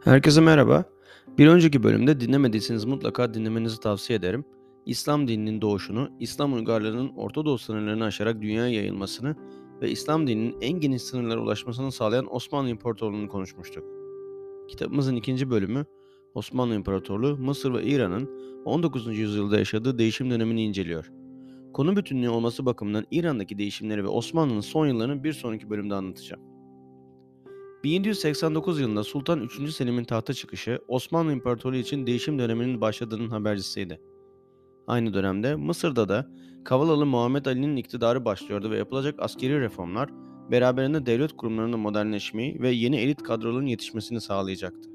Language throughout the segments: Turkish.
Herkese merhaba. Bir önceki bölümde dinlemediyseniz mutlaka dinlemenizi tavsiye ederim. İslam dininin doğuşunu, İslam uygarlığının Orta Doğu sınırlarını aşarak dünyaya yayılmasını ve İslam dininin en geniş sınırlara ulaşmasını sağlayan Osmanlı İmparatorluğu'nu konuşmuştuk. Kitabımızın ikinci bölümü Osmanlı İmparatorluğu, Mısır ve İran'ın 19. yüzyılda yaşadığı değişim dönemini inceliyor. Konu bütünlüğü olması bakımından İran'daki değişimleri ve Osmanlı'nın son yıllarını bir sonraki bölümde anlatacağım. 1789 yılında Sultan 3. Selim'in tahta çıkışı Osmanlı İmparatorluğu için değişim döneminin başladığının habercisiydi. Aynı dönemde Mısır'da da Kavalalı Muhammed Ali'nin iktidarı başlıyordu ve yapılacak askeri reformlar beraberinde devlet kurumlarının modernleşmeyi ve yeni elit kadroların yetişmesini sağlayacaktı.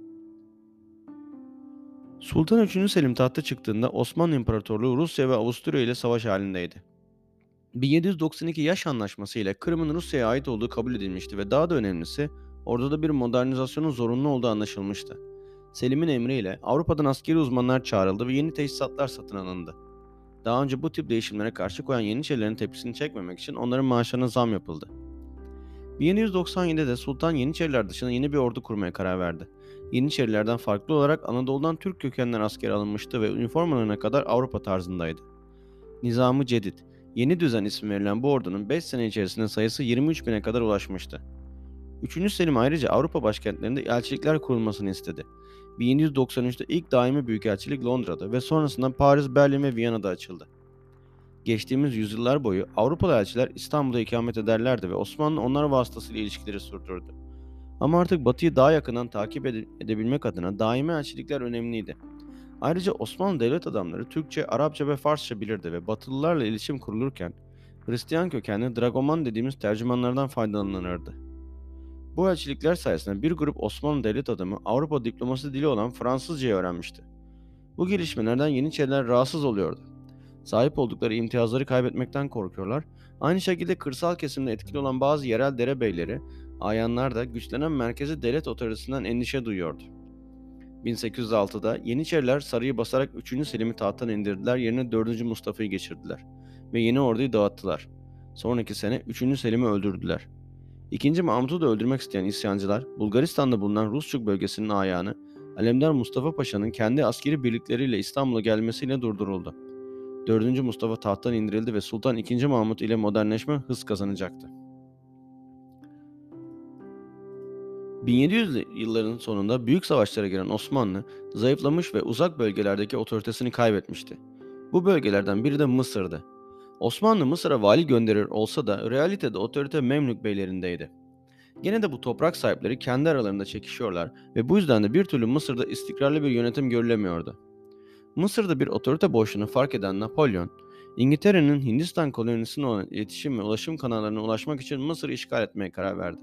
Sultan 3. Selim tahta çıktığında Osmanlı İmparatorluğu Rusya ve Avusturya ile savaş halindeydi. 1792 Yaş Anlaşması ile Kırım'ın Rusya'ya ait olduğu kabul edilmişti ve daha da önemlisi orduda bir modernizasyonun zorunlu olduğu anlaşılmıştı. Selim'in emriyle Avrupa'dan askeri uzmanlar çağrıldı ve yeni teçhizatlar satın alındı. Daha önce bu tip değişimlere karşı koyan Yeniçerilerin tepkisini çekmemek için onların maaşlarına zam yapıldı. 1797'de Sultan Yeniçeriler dışında yeni bir ordu kurmaya karar verdi. Yeniçerilerden farklı olarak Anadolu'dan Türk kökenler askere alınmıştı ve üniformalarına kadar Avrupa tarzındaydı. Nizam-ı Cedid, Yeni Düzen ismi verilen bu ordunun 5 sene içerisinde sayısı 23 bine kadar ulaşmıştı. 3. Selim ayrıca Avrupa başkentlerinde elçilikler kurulmasını istedi. 1793'te ilk daimi büyükelçilik Londra'da ve sonrasında Paris, Berlin ve Viyana'da açıldı. Geçtiğimiz yüzyıllar boyu Avrupalı elçiler İstanbul'da ikamet ederlerdi ve Osmanlı onlar vasıtasıyla ilişkileri sürdürdü. Ama artık Batı'yı daha yakından takip edebilmek adına daimi elçilikler önemliydi. Ayrıca Osmanlı devlet adamları Türkçe, Arapça ve Farsça bilirdi ve Batılılarla iletişim kurulurken Hristiyan kökenli dragoman dediğimiz tercümanlardan faydalanılırdı. Bu elçilikler sayesinde bir grup Osmanlı devlet adamı Avrupa diplomasi dili olan Fransızcayı öğrenmişti. Bu gelişmelerden Yeniçeriler rahatsız oluyordu. Sahip oldukları imtiyazları kaybetmekten korkuyorlar. Aynı şekilde kırsal kesimde etkili olan bazı yerel derebeyleri, ayanlar da güçlenen merkezi devlet otoritesinden endişe duyuyordu. 1806'da Yeniçeriler Sarayı basarak 3. Selim'i tahttan indirdiler, yerine 4. Mustafa'yı geçirdiler ve yeni orduyu dağıttılar. Sonraki sene 3. Selim'i öldürdüler. 2. Mahmut'u da öldürmek isteyen isyancılar, Bulgaristan'da bulunan Rusçuk bölgesinin ayağını Alemdar Mustafa Paşa'nın kendi askeri birlikleriyle İstanbul'a gelmesiyle durduruldu. 4. Mustafa tahttan indirildi ve Sultan II. Mahmut ile modernleşme hız kazanacaktı. 1700'lü yılların sonunda büyük savaşlara giren Osmanlı, zayıflamış ve uzak bölgelerdeki otoritesini kaybetmişti. Bu bölgelerden biri de Mısır'dı. Osmanlı Mısır'a vali gönderir olsa da realitede otorite Memlük beylerindeydi. Gene de bu toprak sahipleri kendi aralarında çekişiyorlar ve bu yüzden de bir türlü Mısır'da istikrarlı bir yönetim görülemiyordu. Mısır'da bir otorite boşluğunu fark eden Napolyon, İngiltere'nin Hindistan kolonisine olan iletişim ve ulaşım kanallarına ulaşmak için Mısır'ı işgal etmeye karar verdi.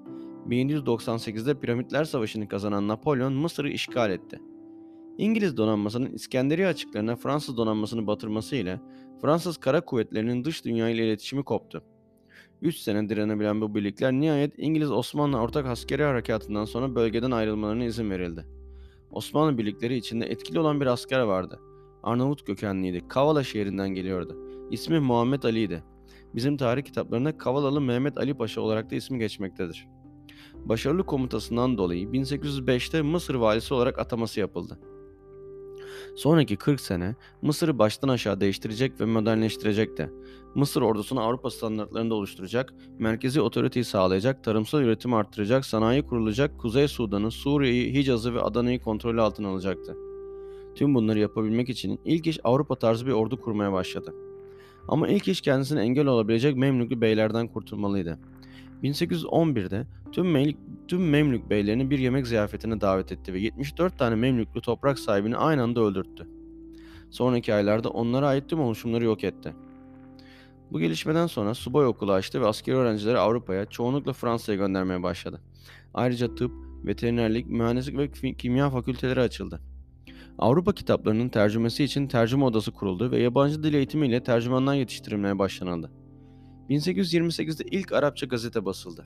1798'de Piramitler Savaşı'nı kazanan Napolyon Mısır'ı işgal etti. İngiliz donanmasının İskenderiye açıklarına Fransız donanmasını batırması ile Fransız kara kuvvetlerinin dış dünya ile iletişimi koptu. 3 sene direnebilen bu birlikler nihayet İngiliz-Osmanlı ortak askeri harekatından sonra bölgeden ayrılmalarına izin verildi. Osmanlı birlikleri içinde etkili olan bir asker vardı. Arnavut kökenliydi. Kavala şehrinden geliyordu. İsmi Muhammed Ali'ydi. Bizim tarih kitaplarında Kavalalı Mehmet Ali Paşa olarak da ismi geçmektedir. Başarılı komutasından dolayı 1805'te Mısır valisi olarak ataması yapıldı. Sonraki 40 sene Mısır'ı baştan aşağı değiştirecek ve modernleştirecekti. Mısır ordusunu Avrupa standartlarında oluşturacak, merkezi otoriteyi sağlayacak, tarımsal üretimi arttıracak, sanayi kurulacak, Kuzey Sudan'ı, Suriye'yi, Hicaz'ı ve Adana'yı kontrolü altına alacaktı. Tüm bunları yapabilmek için ilk iş Avrupa tarzı bir ordu kurmaya başladı. Ama ilk iş kendisine engel olabilecek Memlüklü beylerden kurtulmalıydı. 1811'de tüm Memlük beylerini bir yemek ziyafetine davet etti ve 74 tane Memlüklü toprak sahibini aynı anda öldürttü. Sonraki aylarda onlara ait tüm oluşumları yok etti. Bu gelişmeden sonra subay okulu açtı ve askeri öğrencileri Avrupa'ya, çoğunlukla Fransa'ya göndermeye başladı. Ayrıca tıp, veterinerlik, mühendislik ve kimya fakülteleri açıldı. Avrupa kitaplarının tercümesi için tercüme odası kuruldu ve yabancı dil eğitimiyle tercümanlar yetiştirilmeye başlanıldı. 1828'de ilk Arapça gazete basıldı.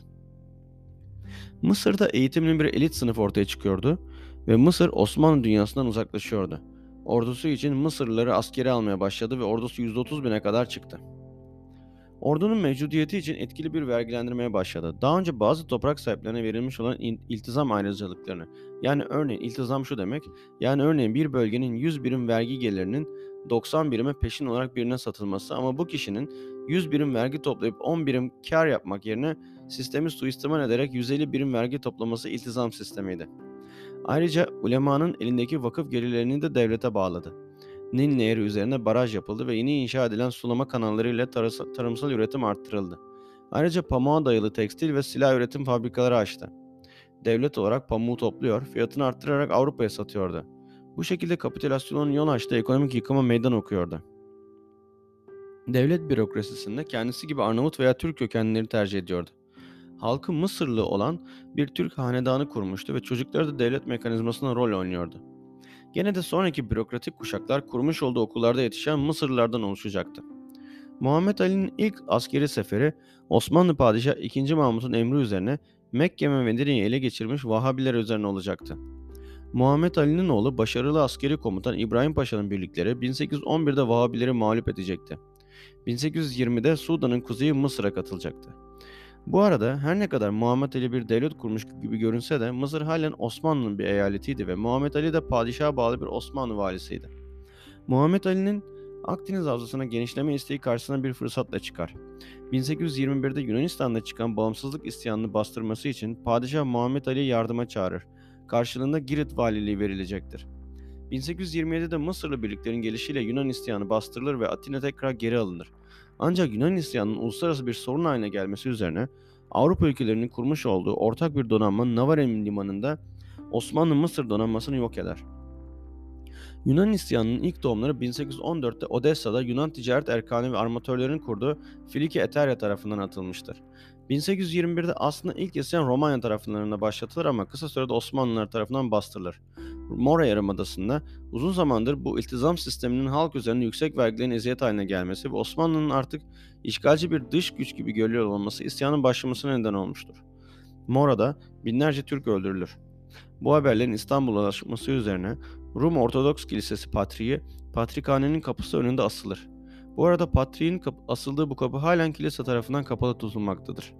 Mısır'da eğitimli bir elit sınıf ortaya çıkıyordu ve Mısır Osmanlı dünyasından uzaklaşıyordu. Ordusu için Mısırlıları askere almaya başladı ve ordusu 130 bine kadar çıktı. Ordunun mevcudiyeti için etkili bir vergilendirmeye başladı. Daha önce bazı toprak sahiplerine verilmiş olan iltizam ayrıcalıklarını, yani örneğin iltizam şu demek, yani örneğin bir bölgenin 100 birim vergi gelirinin 90 birime peşin olarak birine satılması, ama bu kişinin 100 birim vergi toplayıp 10 birim kar yapmak yerine sistemi suistimal ederek 150 birim vergi toplaması iltizam sistemiydi. Ayrıca ulemanın elindeki vakıf gelirlerini de devlete bağladı. Nil Nehri üzerine baraj yapıldı ve yeni inşa edilen sulama kanallarıyla tarımsal üretim arttırıldı. Ayrıca pamuğa dayalı tekstil ve silah üretim fabrikaları açtı. Devlet olarak pamuğu topluyor, fiyatını arttırarak Avrupa'ya satıyordu. Bu şekilde kapitülasyonun yol açtığı ekonomik yıkıma meydan okuyordu. Devlet bürokrasisinde kendisi gibi Arnavut veya Türk kökenlileri tercih ediyordu. Halkı Mısırlı olan bir Türk hanedanı kurmuştu ve çocukları da devlet mekanizmasında rol oynuyordu. Gene de sonraki bürokratik kuşaklar kurmuş olduğu okullarda yetişen Mısırlılardan oluşacaktı. Muhammed Ali'nin ilk askeri seferi Osmanlı Padişahı II. Mahmut'un emri üzerine Mekke ve Medine'yi ele geçirmiş Vahabiler üzerine olacaktı. Muhammed Ali'nin oğlu başarılı askeri komutan İbrahim Paşa'nın birlikleri 1811'de Vahabileri mağlup edecekti. 1820'de Sudan'ın kuzeyi Mısır'a katılacaktı. Bu arada her ne kadar Muhammed Ali bir devlet kurmuş gibi görünse de Mısır halen Osmanlı'nın bir eyaletiydi ve Muhammed Ali de padişaha bağlı bir Osmanlı valisiydi. Muhammed Ali'nin Akdeniz havzasına genişleme isteği karşısına bir fırsatla çıkar. 1821'de Yunanistan'da çıkan bağımsızlık isyanını bastırması için Padişah Muhammed Ali'yi yardıma çağırır. Karşılığında Girit valiliği verilecektir. 1827'de Mısırlı birliklerin gelişiyle Yunan isyanı bastırılır ve Atina tekrar geri alınır. Ancak Yunan isyanının uluslararası bir sorun haline gelmesi üzerine Avrupa ülkelerinin kurmuş olduğu ortak bir donanma Navarin limanında Osmanlı-Mısır donanmasını yok eder. Yunan isyanının ilk doğumları 1814'te Odessa'da Yunan ticaret erkanı ve armatörlerin kurduğu Filiki Eteria tarafından atılmıştır. 1821'de aslında ilk isyan Romanya taraflarına başlatılır ama kısa sürede Osmanlılar tarafından bastırılır. Mora Yarımadası'nda uzun zamandır bu iltizam sisteminin halk üzerinde yüksek vergilerin eziyet haline gelmesi ve Osmanlı'nın artık işgalci bir dış güç gibi görülüyor olması isyanın başlamasına neden olmuştur. Mora'da binlerce Türk öldürülür. Bu haberlerin İstanbul'a ulaşması üzerine Rum Ortodoks Kilisesi Patriği, Patrikhanenin kapısı önünde asılır. Bu arada Patriğin asıldığı bu kapı halen kilise tarafından kapalı tutulmaktadır.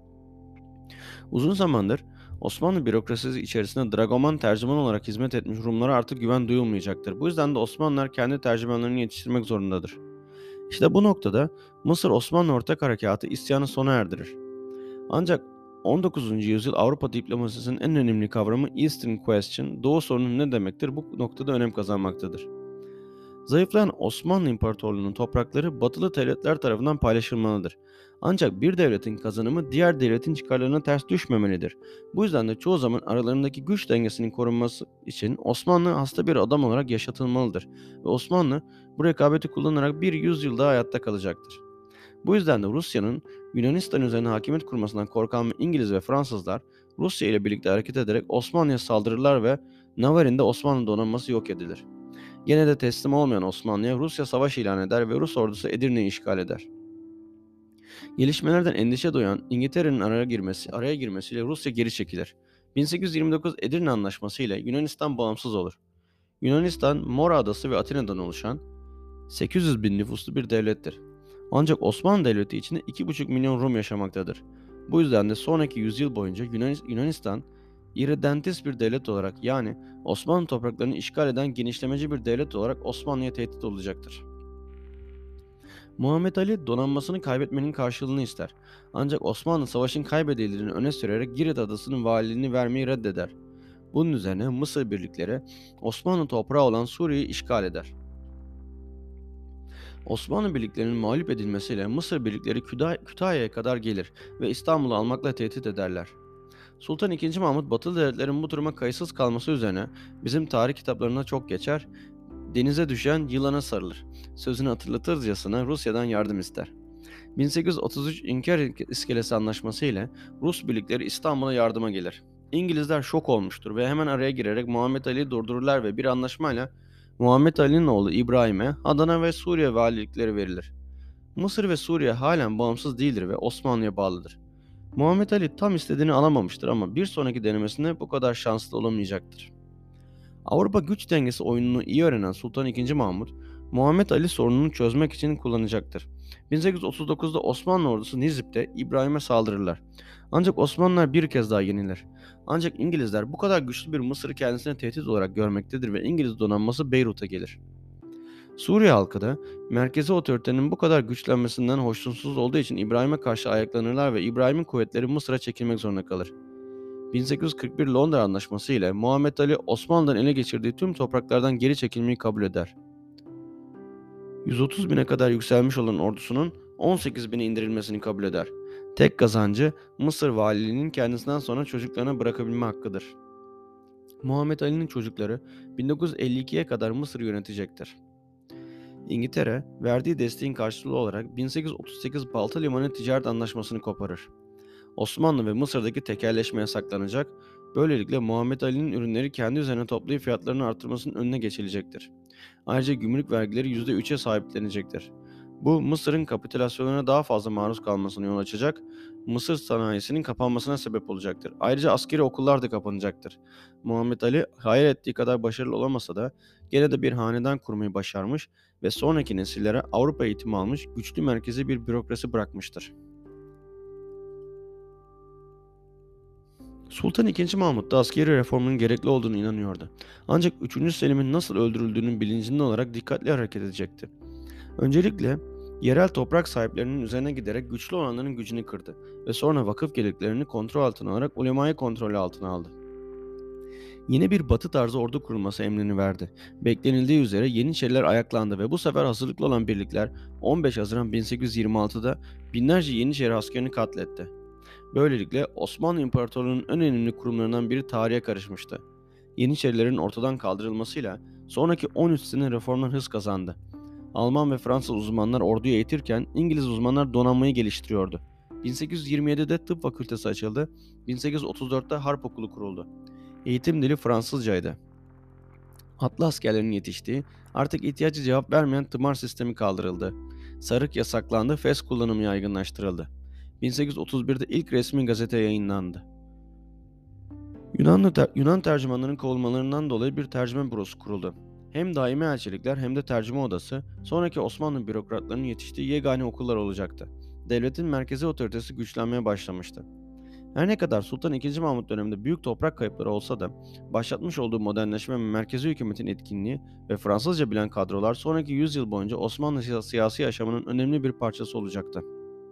Uzun zamandır Osmanlı bürokrasisi içerisinde dragoman tercüman olarak hizmet etmiş Rumlara artık güven duyulmayacaktır. Bu yüzden de Osmanlılar kendi tercümanlarını yetiştirmek zorundadır. İşte bu noktada Mısır-Osmanlı Ortak Harekatı isyanı sona erdirir. Ancak 19. yüzyıl Avrupa diplomasisinin en önemli kavramı Eastern Question, Doğu sorunu ne demektir, bu noktada önem kazanmaktadır. Zayıflayan Osmanlı İmparatorluğu'nun toprakları batılı devletler tarafından paylaşılmalıdır. Ancak bir devletin kazanımı diğer devletin çıkarlarına ters düşmemelidir. Bu yüzden de çoğu zaman aralarındaki güç dengesinin korunması için Osmanlı hasta bir adam olarak yaşatılmalıdır ve Osmanlı bu rekabeti kullanarak bir yüzyıl daha hayatta kalacaktır. Bu yüzden de Rusya'nın Yunanistan üzerine hakimiyet kurmasından korkan İngiliz ve Fransızlar Rusya ile birlikte hareket ederek Osmanlı'ya saldırırlar ve Navarin'de Osmanlı donanması yok edilir. Gene de teslim olmayan Osmanlı'ya Rusya savaş ilan eder ve Rus ordusu Edirne'yi işgal eder. Gelişmelerden endişe duyan İngiltere'nin araya girmesiyle Rusya geri çekilir. 1829 Edirne Anlaşması ile Yunanistan bağımsız olur. Yunanistan, Mora Adası ve Atina'dan oluşan 800 bin nüfuslu bir devlettir. Ancak Osmanlı Devleti içinde 2,5 milyon Rum yaşamaktadır. Bu yüzden de sonraki yüzyıl boyunca Yunanistan, irredentist bir devlet olarak, yani Osmanlı topraklarını işgal eden genişlemeci bir devlet olarak Osmanlı'ya tehdit olacaktır. Muhammed Ali donanmasını kaybetmenin karşılığını ister. Ancak Osmanlı savaşın kaybedildiğini öne sürerek Girit adasının valiliğini vermeyi reddeder. Bunun üzerine Mısır birlikleri Osmanlı toprağı olan Suriye'yi işgal eder. Osmanlı birliklerinin mağlup edilmesiyle Mısır birlikleri Kütahya'ya kadar gelir ve İstanbul'u almakla tehdit ederler. Sultan II. Mahmut Batılı devletlerin bu duruma kayıtsız kalması üzerine bizim tarih kitaplarına çok geçer, denize düşen yılana sarılır sözünü hatırlatırcasına Rusya'dan yardım ister. 1833 İnkar İskelesi Anlaşması ile Rus birlikleri İstanbul'a yardıma gelir. İngilizler şok olmuştur ve hemen araya girerek Muhammed Ali'yi durdururlar ve bir anlaşmayla Muhammed Ali'nin oğlu İbrahim'e Adana ve Suriye valilikleri verilir. Mısır ve Suriye halen bağımsız değildir ve Osmanlı'ya bağlıdır. Muhammed Ali tam istediğini alamamıştır ama bir sonraki denemesinde bu kadar şanslı olamayacaktır. Avrupa güç dengesi oyununu iyi öğrenen Sultan II. Mahmut, Muhammed Ali sorununu çözmek için kullanacaktır. 1839'da Osmanlı ordusu Nizip'te İbrahim'e saldırırlar. Ancak Osmanlılar bir kez daha yenilir. Ancak İngilizler bu kadar güçlü bir Mısır'ı kendisine tehdit olarak görmektedir ve İngiliz donanması Beyrut'a gelir. Suriye halkı da merkezi otoritenin bu kadar güçlenmesinden hoşnutsuz olduğu için İbrahim'e karşı ayaklanırlar ve İbrahim'in kuvvetleri Mısır'a çekilmek zorunda kalır. 1841 Londra Anlaşması ile Muhammed Ali Osmanlı'dan ele geçirdiği tüm topraklardan geri çekilmeyi kabul eder. 130 bine kadar yükselmiş olan ordusunun 18 bine indirilmesini kabul eder. Tek kazancı Mısır valiliğinin kendisinden sonra çocuklarına bırakabilme hakkıdır. Muhammed Ali'nin çocukları 1952'ye kadar Mısır yönetecektir. İngiltere, verdiği desteğin karşılığı olarak 1838 Balta Limanı Ticaret Anlaşması'nı koparır. Osmanlı ve Mısır'daki tekelleşme yasaklanacak, böylelikle Muhammed Ali'nin ürünleri kendi üzerine toplayıp fiyatlarını artırmasının önüne geçilecektir. Ayrıca gümrük vergileri %3'e sahiplenecektir. Bu Mısır'ın kapitülasyonuna daha fazla maruz kalmasına yol açacak, Mısır sanayisinin kapanmasına sebep olacaktır. Ayrıca askeri okullar da kapanacaktır. Muhammed Ali hayal ettiği kadar başarılı olamasa da gene de bir hanedan kurmayı başarmış ve sonraki nesillere Avrupa eğitimi almış güçlü merkezi bir bürokrasi bırakmıştır. Sultan II. Mahmut da askeri reformun gerekli olduğunu inanıyordu. Ancak 3. Selim'in nasıl öldürüldüğünün bilincinde olarak dikkatli hareket edecekti. Öncelikle yerel toprak sahiplerinin üzerine giderek güçlü olanların gücünü kırdı ve sonra vakıf geliklerini kontrol altına alarak ulemayı kontrolü altına aldı. Yeni bir batı tarzı ordu kurulması emrini verdi. Beklenildiği üzere Yeniçeriler ayaklandı ve bu sefer hazırlıklı olan birlikler 15 Haziran 1826'da binlerce Yeniçeri askerini katletti. Böylelikle Osmanlı İmparatorluğu'nun en önemli kurumlarından biri tarihe karışmıştı. Yeniçerilerin ortadan kaldırılmasıyla sonraki 13 sene reformlar hız kazandı. Alman ve Fransız uzmanlar orduyu eğitirken İngiliz uzmanlar donanmayı geliştiriyordu. 1827'de tıp fakültesi açıldı, 1834'te harp okulu kuruldu. Eğitim dili Fransızcaydı. Atlı askerlerin yetiştiği, artık ihtiyacı cevap vermeyen tımar sistemi kaldırıldı. Sarık yasaklandı, fes kullanımı yaygınlaştırıldı. 1831'de ilk resmi gazete yayınlandı. Yunan tercümanların kovulmalarından dolayı bir tercüme bürosu kuruldu. Hem daimi elçilikler hem de tercüme odası, sonraki Osmanlı bürokratlarının yetiştiği yegane okullar olacaktı. Devletin merkezi otoritesi güçlenmeye başlamıştı. Her ne kadar Sultan II. Mahmut döneminde büyük toprak kayıpları olsa da başlatmış olduğu modernleşme ve merkezi hükümetin etkinliği ve Fransızca bilen kadrolar sonraki 100 yıl boyunca Osmanlı siyasi yaşamının önemli bir parçası olacaktı.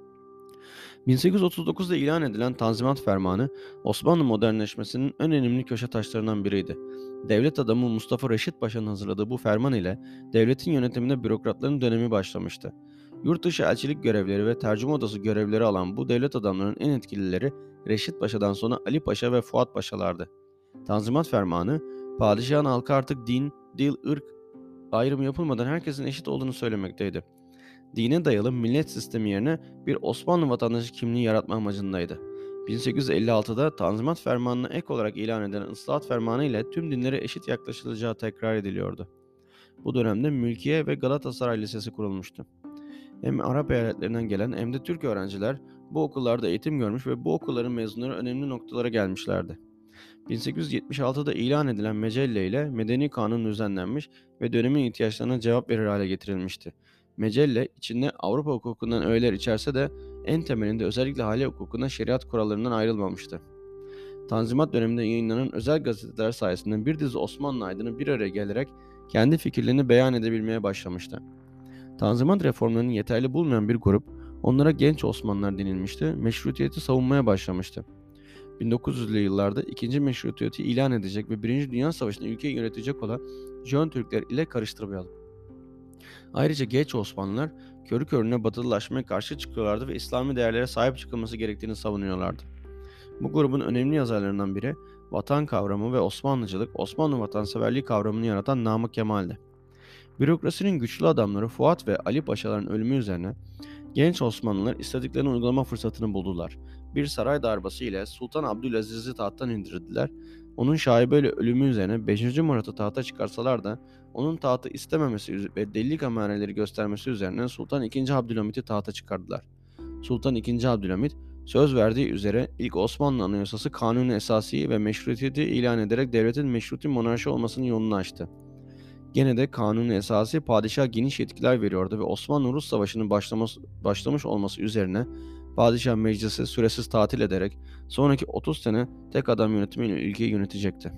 1839'da ilan edilen Tanzimat Fermanı, Osmanlı modernleşmesinin en önemli köşe taşlarından biriydi. Devlet adamı Mustafa Reşit Paşa'nın hazırladığı bu ferman ile devletin yönetiminde bürokratların dönemi başlamıştı. Yurt dışı elçilik görevleri ve tercüme odası görevleri alan bu devlet adamlarının en etkilileri Reşit Paşa'dan sonra Ali Paşa ve Fuat Paşalardı. Tanzimat Fermanı, padişahın halka artık din, dil, ırk ayrımı yapılmadan herkesin eşit olduğunu söylemekteydi. Dine dayalı millet sistemi yerine bir Osmanlı vatandaşı kimliği yaratma amacındaydı. 1856'da Tanzimat Fermanı'na ek olarak ilan edilen Islahat Fermanı ile tüm dinlere eşit yaklaşılacağı tekrar ediliyordu. Bu dönemde Mülkiye ve Galatasaray Lisesi kurulmuştu. Hem Arap eyaletlerinden gelen hem de Türk öğrenciler bu okullarda eğitim görmüş ve bu okulların mezunları önemli noktalara gelmişlerdi. 1876'da ilan edilen Mecelle ile Medeni Kanun düzenlenmiş ve dönemin ihtiyaçlarına cevap verir hale getirilmişti. Mecelle içinde Avrupa hukukundan öğeler içerse de en temelinde özellikle hale hukukuna şeriat kurallarından ayrılmamıştı. Tanzimat döneminde yayınlanan özel gazeteler sayesinde bir dizi Osmanlı aydını bir araya gelerek kendi fikirlerini beyan edebilmeye başlamıştı. Tanzimat reformlarını yeterli bulmayan bir grup, onlara genç Osmanlılar denilmişti, meşrutiyeti savunmaya başlamıştı. 1900'lü yıllarda 2. Meşrutiyeti ilan edecek ve 1. Dünya Savaşı'nda ülkeyi yönetecek olan Jön Türkler ile karıştırmayalım. Ayrıca genç Osmanlılar körü körüne batılılaşmaya karşı çıkıyorlardı ve İslami değerlere sahip çıkılması gerektiğini savunuyorlardı. Bu grubun önemli yazarlarından biri vatan kavramı ve Osmanlıcılık, Osmanlı vatanseverliği kavramını yaratan Namık Kemal'di. Bürokrasinin güçlü adamları Fuat ve Ali Paşaların ölümü üzerine genç Osmanlılar istediklerini uygulama fırsatını buldular. Bir saray darbesi ile Sultan Abdülaziz'i tahttan indirdiler. Onun şaibeyle ölümü üzerine 5. Murat'ı tahta çıkarsalar da onun tahtı istememesi ve delilik emareleri göstermesi üzerine Sultan II. Abdülhamit'i tahta çıkardılar. Sultan II. Abdülhamit söz verdiği üzere ilk Osmanlı Anayasası Kanuni Esasi'yi ve meşrutiyeti ilan ederek devletin meşruti monarşi olmasının yolunu açtı. Gene de kanuni esası padişaha geniş yetkiler veriyordu ve Osmanlı-Rus Savaşı'nın başlamış olması üzerine padişah meclisi süresiz tatil ederek sonraki 30 sene tek adam yönetimiyle ülkeyi yönetecekti.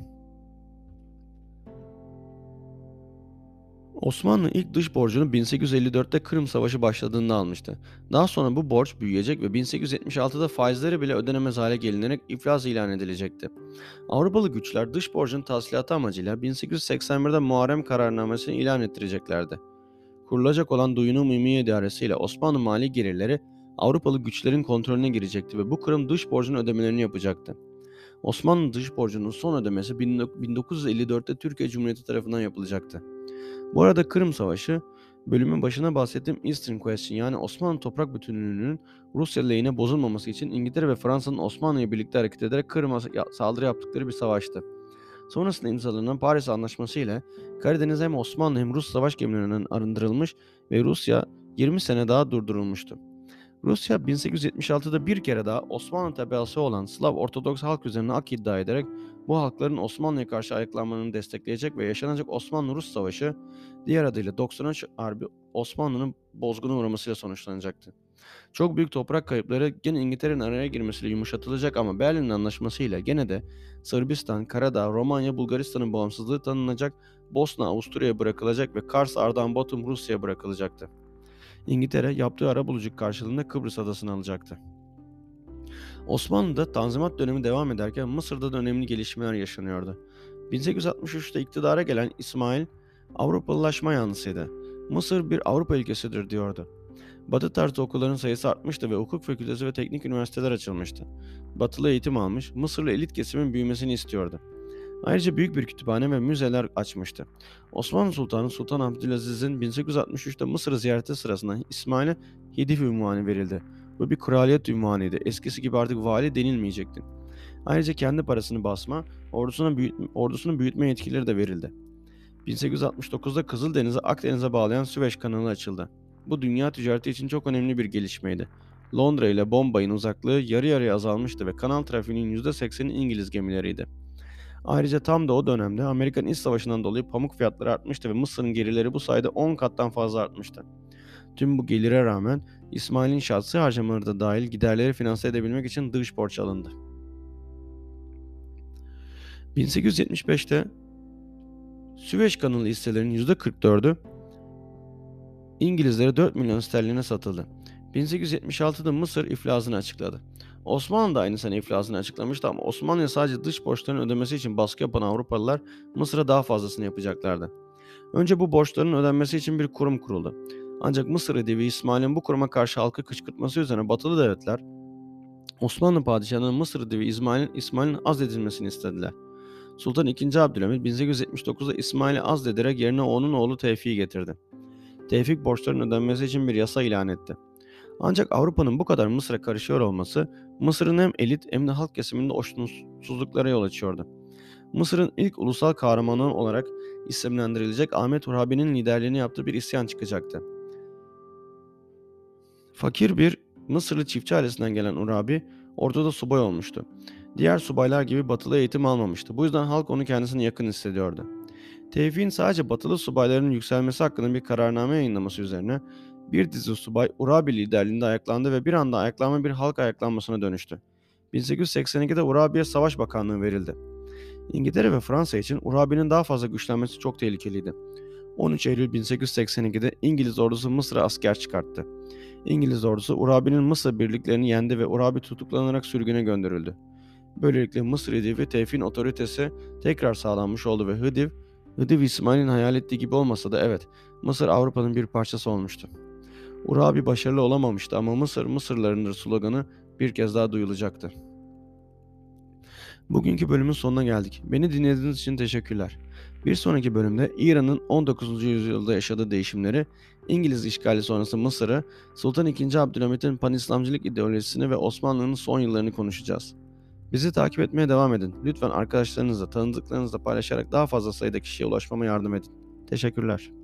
Osmanlı ilk dış borcunu 1854'te Kırım Savaşı başladığında almıştı. Daha sonra bu borç büyüyecek ve 1876'da faizleri bile ödenemez hale gelinerek iflas ilan edilecekti. Avrupalı güçler dış borcun tahsilatı amacıyla 1881'de Muharrem Kararnamesini ilan ettireceklerdi. Kurulacak olan Duyunu Ümmiye İdaresi ile Osmanlı mali gelirleri Avrupalı güçlerin kontrolüne girecekti ve bu Kırım dış borcunun ödemelerini yapacaktı. Osmanlı dış borcunun son ödemesi 1954'te Türkiye Cumhuriyeti tarafından yapılacaktı. Bu arada Kırım Savaşı, bölümün başına bahsettiğim Eastern Question yani Osmanlı toprak bütünlüğünün Rusya lehine bozulmaması için İngiltere ve Fransa'nın Osmanlı ile birlikte hareket ederek Kırım'a saldırı yaptıkları bir savaştı. Sonrasında imzalanan Paris Anlaşması ile Karadeniz hem Osmanlı hem Rus savaş gemilerinden arındırılmış ve Rusya 20 sene daha durdurulmuştu. Rusya 1876'da bir kere daha Osmanlı tebaası olan Slav Ortodoks halk üzerine ak iddia ederek bu halkların Osmanlı'ya karşı ayaklanmalarını destekleyecek ve yaşanacak Osmanlı-Rus Savaşı, diğer adıyla 93 Harbi, Osmanlı'nın bozguna uğramasıyla sonuçlanacaktı. Çok büyük toprak kayıpları gene İngiltere'nin araya girmesiyle yumuşatılacak ama Berlin Anlaşması ile gene de Sırbistan, Karadağ, Romanya, Bulgaristan'ın bağımsızlığı tanınacak, Bosna Avusturya'ya bırakılacak ve Kars, Ardahan, Batum Rusya'ya bırakılacaktı. İngiltere yaptığı arabuluculuk karşılığında Kıbrıs adasını alacaktı. Osmanlı'da Tanzimat dönemi devam ederken Mısır'da da önemli gelişmeler yaşanıyordu. 1863'te iktidara gelen İsmail, Avrupalılaşma yanlısıydı. Mısır bir Avrupa ülkesidir diyordu. Batı tarzı okulların sayısı artmıştı ve hukuk fakültesi ve teknik üniversiteler açılmıştı. Batılı eğitim almış, Mısırlı elit kesimin büyümesini istiyordu. Ayrıca büyük bir kütüphane ve müzeler açmıştı. Osmanlı Sultanı Sultan Abdülaziz'in 1863'te Mısır'ı ziyareti sırasında İsmail'e Hidif ünvanı verildi. Bu bir kraliyet ünvanıydı. Eskisi gibi artık vali denilmeyecekti. Ayrıca kendi parasını basma, ordusunu büyütme yetkileri de verildi. 1869'da Kızıldeniz'i Akdeniz'e bağlayan Süveyş kanalı açıldı. Bu dünya ticareti için çok önemli bir gelişmeydi. Londra ile Bombay'ın uzaklığı yarı yarıya azalmıştı ve kanal trafiğinin %80'i İngiliz gemileriydi. Ayrıca tam da o dönemde Amerikan İç Savaşı'ndan dolayı pamuk fiyatları artmıştı ve Mısır'ın gelirleri bu sayede 10 kattan fazla artmıştı. Tüm bu gelire rağmen İsmail'in şahsi harcamaları da dahil giderleri finanse edebilmek için dış borç alındı. 1875'te Süveyş kanalı hisselerinin %44'ü İngilizlere 4 milyon sterline satıldı. 1876'da Mısır iflasını açıkladı. Osmanlı da aynı sene iflasını açıklamıştı ama Osmanlı'ya sadece dış borçlarının ödemesi için baskı yapan Avrupalılar Mısır'a daha fazlasını yapacaklardı. Önce bu borçların ödenmesi için bir kurum kuruldu. Ancak Mısır edebi İsmail'in bu kuruma karşı halkı kışkırtması üzerine batılı devletler Osmanlı padişahının Mısır edebi İsmail'in azledilmesini istediler. Sultan II. Abdülhamit 1879'da İsmail'i azlederek yerine onun oğlu Tevfik'i getirdi. Tevfik borçların ödenmesi için bir yasa ilan etti. Ancak Avrupa'nın bu kadar Mısır'a karışıyor olması Mısır'ın hem elit hem de halk kesiminde hoşnutsuzluklara yol açıyordu. Mısır'ın ilk ulusal kahramanı olarak isimlendirilecek Ahmet Urabi'nin liderliğini yaptığı bir isyan çıkacaktı. Fakir bir Mısırlı çiftçi ailesinden gelen Urabi orduda subay olmuştu. Diğer subaylar gibi batılı eğitim almamıştı. Bu yüzden halk onu kendisine yakın hissediyordu. Tevfik'in sadece batılı subayların yükselmesi hakkında bir kararname yayınlaması üzerine bir dizi subay Urabi liderliğinde ayaklandı ve bir anda ayaklanma bir halk ayaklanmasına dönüştü. 1882'de Urabi'ye savaş bakanlığı verildi. İngiltere ve Fransa için Urabi'nin daha fazla güçlenmesi çok tehlikeliydi. 13 Eylül 1882'de İngiliz ordusu Mısır'a asker çıkarttı. İngiliz ordusu Urabi'nin Mısır birliklerini yendi ve Urabi tutuklanarak sürgüne gönderildi. Böylelikle Mısır Hidivi Tevfik'in otoritesi tekrar sağlanmış oldu ve Hıdiv İsmail'in hayal ettiği gibi olmasa da evet, Mısır Avrupa'nın bir parçası olmuştu. Urabi başarılı olamamıştı ama Mısır, Mısırlılarındır sloganı bir kez daha duyulacaktı. Bugünkü bölümün sonuna geldik. Beni dinlediğiniz için teşekkürler. Bir sonraki bölümde İran'ın 19. yüzyılda yaşadığı değişimleri, İngiliz işgali sonrası Mısır'ı, Sultan II. Abdülhamit'in pan-İslamcılık ideolojisini ve Osmanlı'nın son yıllarını konuşacağız. Bizi takip etmeye devam edin. Lütfen arkadaşlarınızla, tanıdıklarınızla paylaşarak daha fazla sayıda kişiye ulaşmama yardım edin. Teşekkürler.